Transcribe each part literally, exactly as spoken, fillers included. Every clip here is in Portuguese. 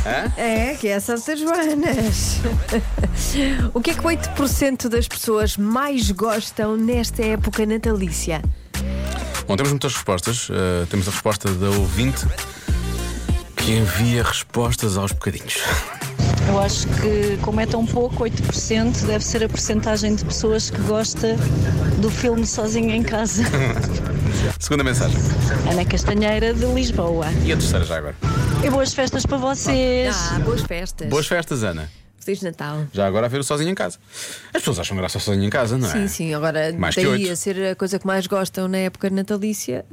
Hã? É, que é a Santa Joanas. O que é que oito por cento das pessoas mais gostam nesta época natalícia? Bom, temos muitas respostas. Uh, temos a resposta da ouvinte que envia respostas aos bocadinhos. Eu acho que, como é tão pouco, oito por cento deve ser a percentagem de pessoas que gosta do filme Sozinho em Casa. Segunda mensagem. Ana Castanheira, de Lisboa. E a terceira já agora? E boas festas para vocês. Ah, boas festas. Boas festas, Ana. Feliz Natal. Já agora a ver o Sozinho em Casa. As pessoas acham graça ao Sozinho em Casa, não é? Sim, sim, agora Mais que daí oito. a ser a coisa que mais gostam na época natalícia.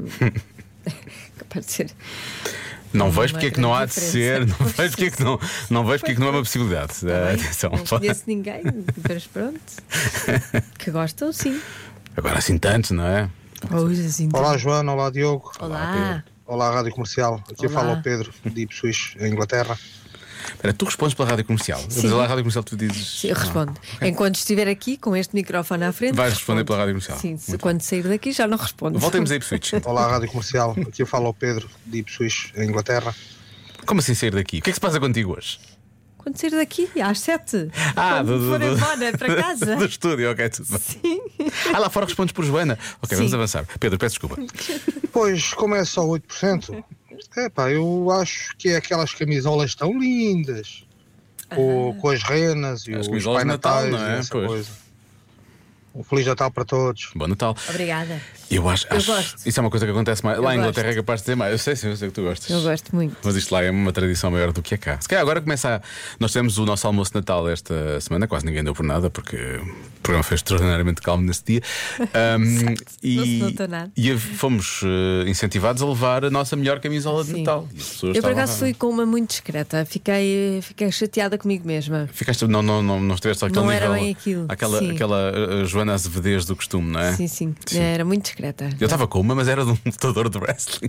Capaz de ser. Não Não vejo há porque é que não há de grande ser, não diferença. vejo porque é que não, não vejo porque é que não é uma possibilidade. Tá bem, Atenção. não conheço ninguém, mas pronto. Que gostam, sim. Agora assim tantos, não é? Hoje assim. Olá Joana, olá Diogo. Olá. Olá Rádio Comercial. Aqui Olá. fala o Pedro de Ipswich, em Inglaterra. Espera, tu respondes pela rádio comercial. Eu Sim. dizer lá a rádio comercial, tu dizes. Sim, eu respondo. Enquanto estiver aqui com este microfone à frente. Vais responder respondo. pela rádio comercial. Sim, se Muito quando sair daqui já não respondo. Voltemos a Ipswich. Olá Rádio Comercial. Aqui fala o Pedro de Ipswich, em Inglaterra. Como assim sair daqui? O que é que se passa contigo hoje? Quando sair daqui, às sete. Ah, quando do, do, for do, embora para casa. do estúdio, ok, tudo bem. Sim. Ah, lá fora respondes por Joana. Ok, Sim. vamos avançar. Pedro, peço desculpa. Pois, como é só oito por cento, é pá, eu acho que é aquelas camisolas tão lindas. Com, com as renas e As os camisolas Pai de Natal, Natais não é? e essa Pois. coisa. Um Feliz Natal para todos. Bom Natal. Obrigada. Eu acho, Eu acho gosto. isso é uma coisa que acontece mais. Eu Lá em gosto. Inglaterra é capaz de ter mais. Eu sei, sim, eu sei que tu gostas. Eu gosto muito. Mas isto lá é uma tradição maior do que é cá. Se calhar agora começa a... Nós temos o nosso almoço de Natal esta semana, quase ninguém deu por nada, porque o programa foi extraordinariamente calmo nesse dia. Um, e, Não se notou nada. e fomos uh, incentivados a levar a nossa melhor camisola de Sim. Natal. E as pessoas Eu por estavam- acaso fui com uma muito discreta. Fiquei, fiquei chateada comigo mesma. Ficaste, não, não, não, não estiveste àquele Não nível. era bem aquilo, Aquela, sim. aquela uh, Joana Azevedez do costume, não é? Sim, sim, Sim. Era muito discreta. Eu estava com uma, mas era de um lutador de wrestling.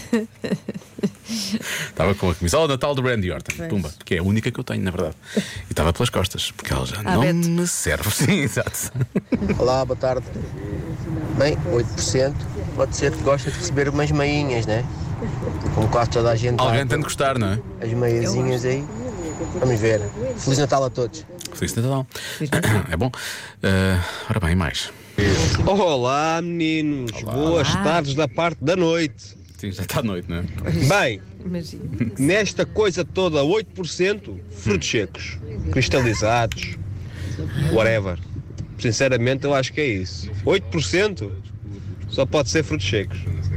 Estava com a camisola de Natal do Randy Orton, Pois. pumba, que é a única que eu tenho, na verdade. E estava pelas costas, porque ela já Ah, não Beto. me serve. Sim, exato. Olá, boa tarde. Bem, oito por cento pode ser que gosta de receber umas meinhas, né? Como quase toda a gente. Alguém dá tem de gostar, não é? as meiazinhas aí. Vamos ver. Feliz Natal a todos. Feliz Natal. Feliz Natal. É bom. Uh, ora bem, mais. Olá, meninos. Boas Olá. tardes da parte da noite. Sim, já está à noite, não é? Bem, Imagina. nesta coisa toda, oito por cento frutos secos, cristalizados, whatever. Sinceramente, eu acho que é isso. oito por cento só pode ser frutos secos.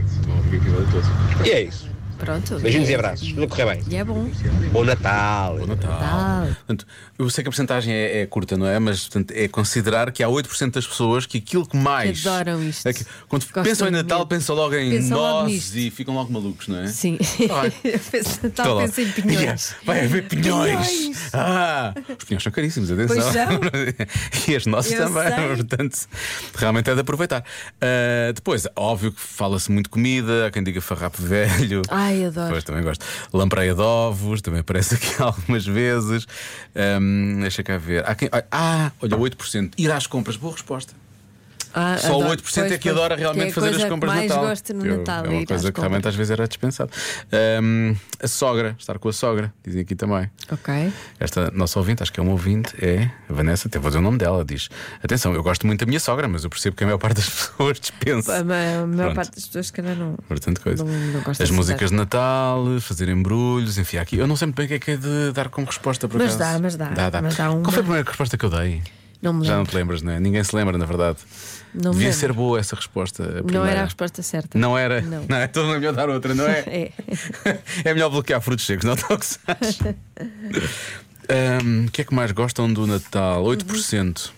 E é isso. Pronto. Beijinhos e abraços. Tudo a correr bem. E é bom. Bom Natal. Bom Natal. Natal. Portanto, eu sei que a porcentagem é, é curta, não é? Mas portanto, é considerar que há oito por cento das pessoas que aquilo que mais. Que adoram isto. é que, quando Gostam pensam em Natal, mesmo. pensam logo em Pensam logo nozes nisto. e ficam logo malucos, não é? Sim. Ai. Eu penso Natal, Estou lá. penso em pinhões. Yeah, vai haver pinhões. Pinhões. Ah, os pinhões são caríssimos, atenção. Pois são. E as nossas Eu também, sei. portanto, realmente é de aproveitar. Ah, depois, óbvio que fala-se muito de comida, há quem diga farrapo velho. Ai, adoro. Pois também gosto. Lampreia de ovos, também aparece aqui algumas vezes. Ahm, deixa cá ver. Há quem... Ah, olha, oito por cento. Ir às compras, boa resposta. Ah, Só adoro. oito por cento é Pois, que pois, adora que realmente é a fazer coisa as compras que de Natal. mais gosto no Eu- Natal. É uma ir coisa às que realmente compras. às vezes era dispensado. Ahm, a sogra, estar com a sogra, dizem aqui também. Ok. Esta nossa ouvinte, acho que é uma ouvinte, é a Vanessa, até vou dizer o nome dela, diz: atenção, eu gosto muito da minha sogra, mas eu percebo que a maior parte das pessoas dispensa. A, ma- a maior Pronto. parte das pessoas, se calhar, não. Portanto, coisa. Não- não gosto As de músicas de Natal, fazer embrulhos, enfim, aqui. Eu não sei muito bem o que é que é de dar como resposta para Mas dá, mas dá. Mas dá uma. Qual foi a primeira resposta que eu dei? Não me Já não lembro. te lembras, não é? Ninguém se lembra, na verdade. Não me Devia lembro. ser boa essa resposta. a Não primeira. era a resposta certa. Não era? Não. Não, então é melhor dar outra, não é? É. É melhor bloquear frutos secos, não está o que se acha? Ahm, O que é que mais gostam do Natal? oito por cento.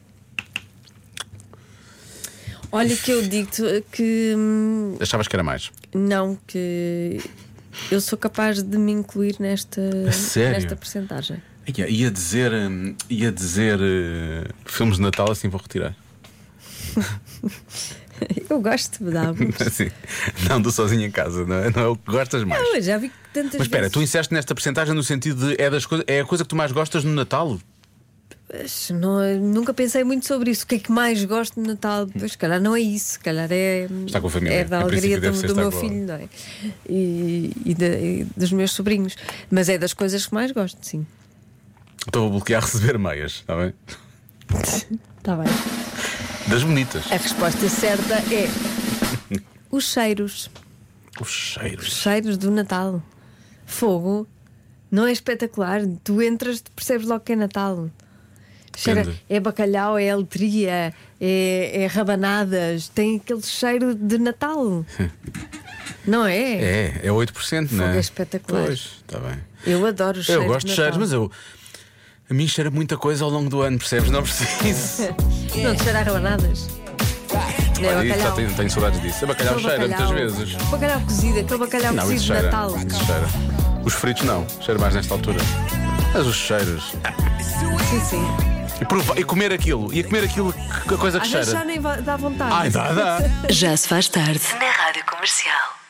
Olha que eu digo-te que hum, Achavas que era mais? não, que eu sou capaz de me incluir nesta, A sério? nesta percentagem. Ia, ia dizer, hum, ia dizer uh, filmes de Natal, assim vou retirar. Eu gosto de dar alguns. Assim, não do sozinho em casa, não é? Não é o que gostas mais. Não, eu já vi que tantas Mas espera, vezes. tu insistes nesta percentagem no sentido de é, das coisas, é a coisa que tu mais gostas no Natal? Mas não- nunca pensei muito sobre isso. O que é que mais gosto de Natal? Pois, se calhar não é isso. Se calhar é, Está com a família. é da Em alegria princípio deve do, ser do estar meu com a- filho, não é? E, e da- e dos meus sobrinhos. Mas é das coisas que mais gosto, sim. Estou a bloquear receber meias, está bem? Está bem. Das bonitas. A resposta certa é os cheiros. Os cheiros. Os cheiros do Natal. Fogo. Não é espetacular? Tu entras e percebes logo que é Natal. Cheira, Depende. é bacalhau, é letria, é, é rabanadas. Tem aquele cheiro de Natal. Não é? É, é oito por cento, não Fogo é? é espetacular. Pois, está bem. Eu adoro os cheiros. Eu gosto de cheiros, mas eu. A mim cheira muita coisa ao longo do ano, percebes? Não preciso. Não te cheira a rabanadas. Não é Olha, isso já bacalhau. tenho, tenho saudades disso. A bacalhau Aquele cheira bacalhau- muitas vezes. Bacalhau cozido, aquele bacalhau Não, cozido isso de cheira. Natal. Isso cheira. Os fritos não, cheira mais nesta altura. Mas os cheiros. Sim, sim. E, prova- e comer aquilo. E a comer aquilo, que a coisa que Às vezes cheira. já nem va- dá vontade. Ai, dá, dá. Já se faz tarde na Rádio Comercial.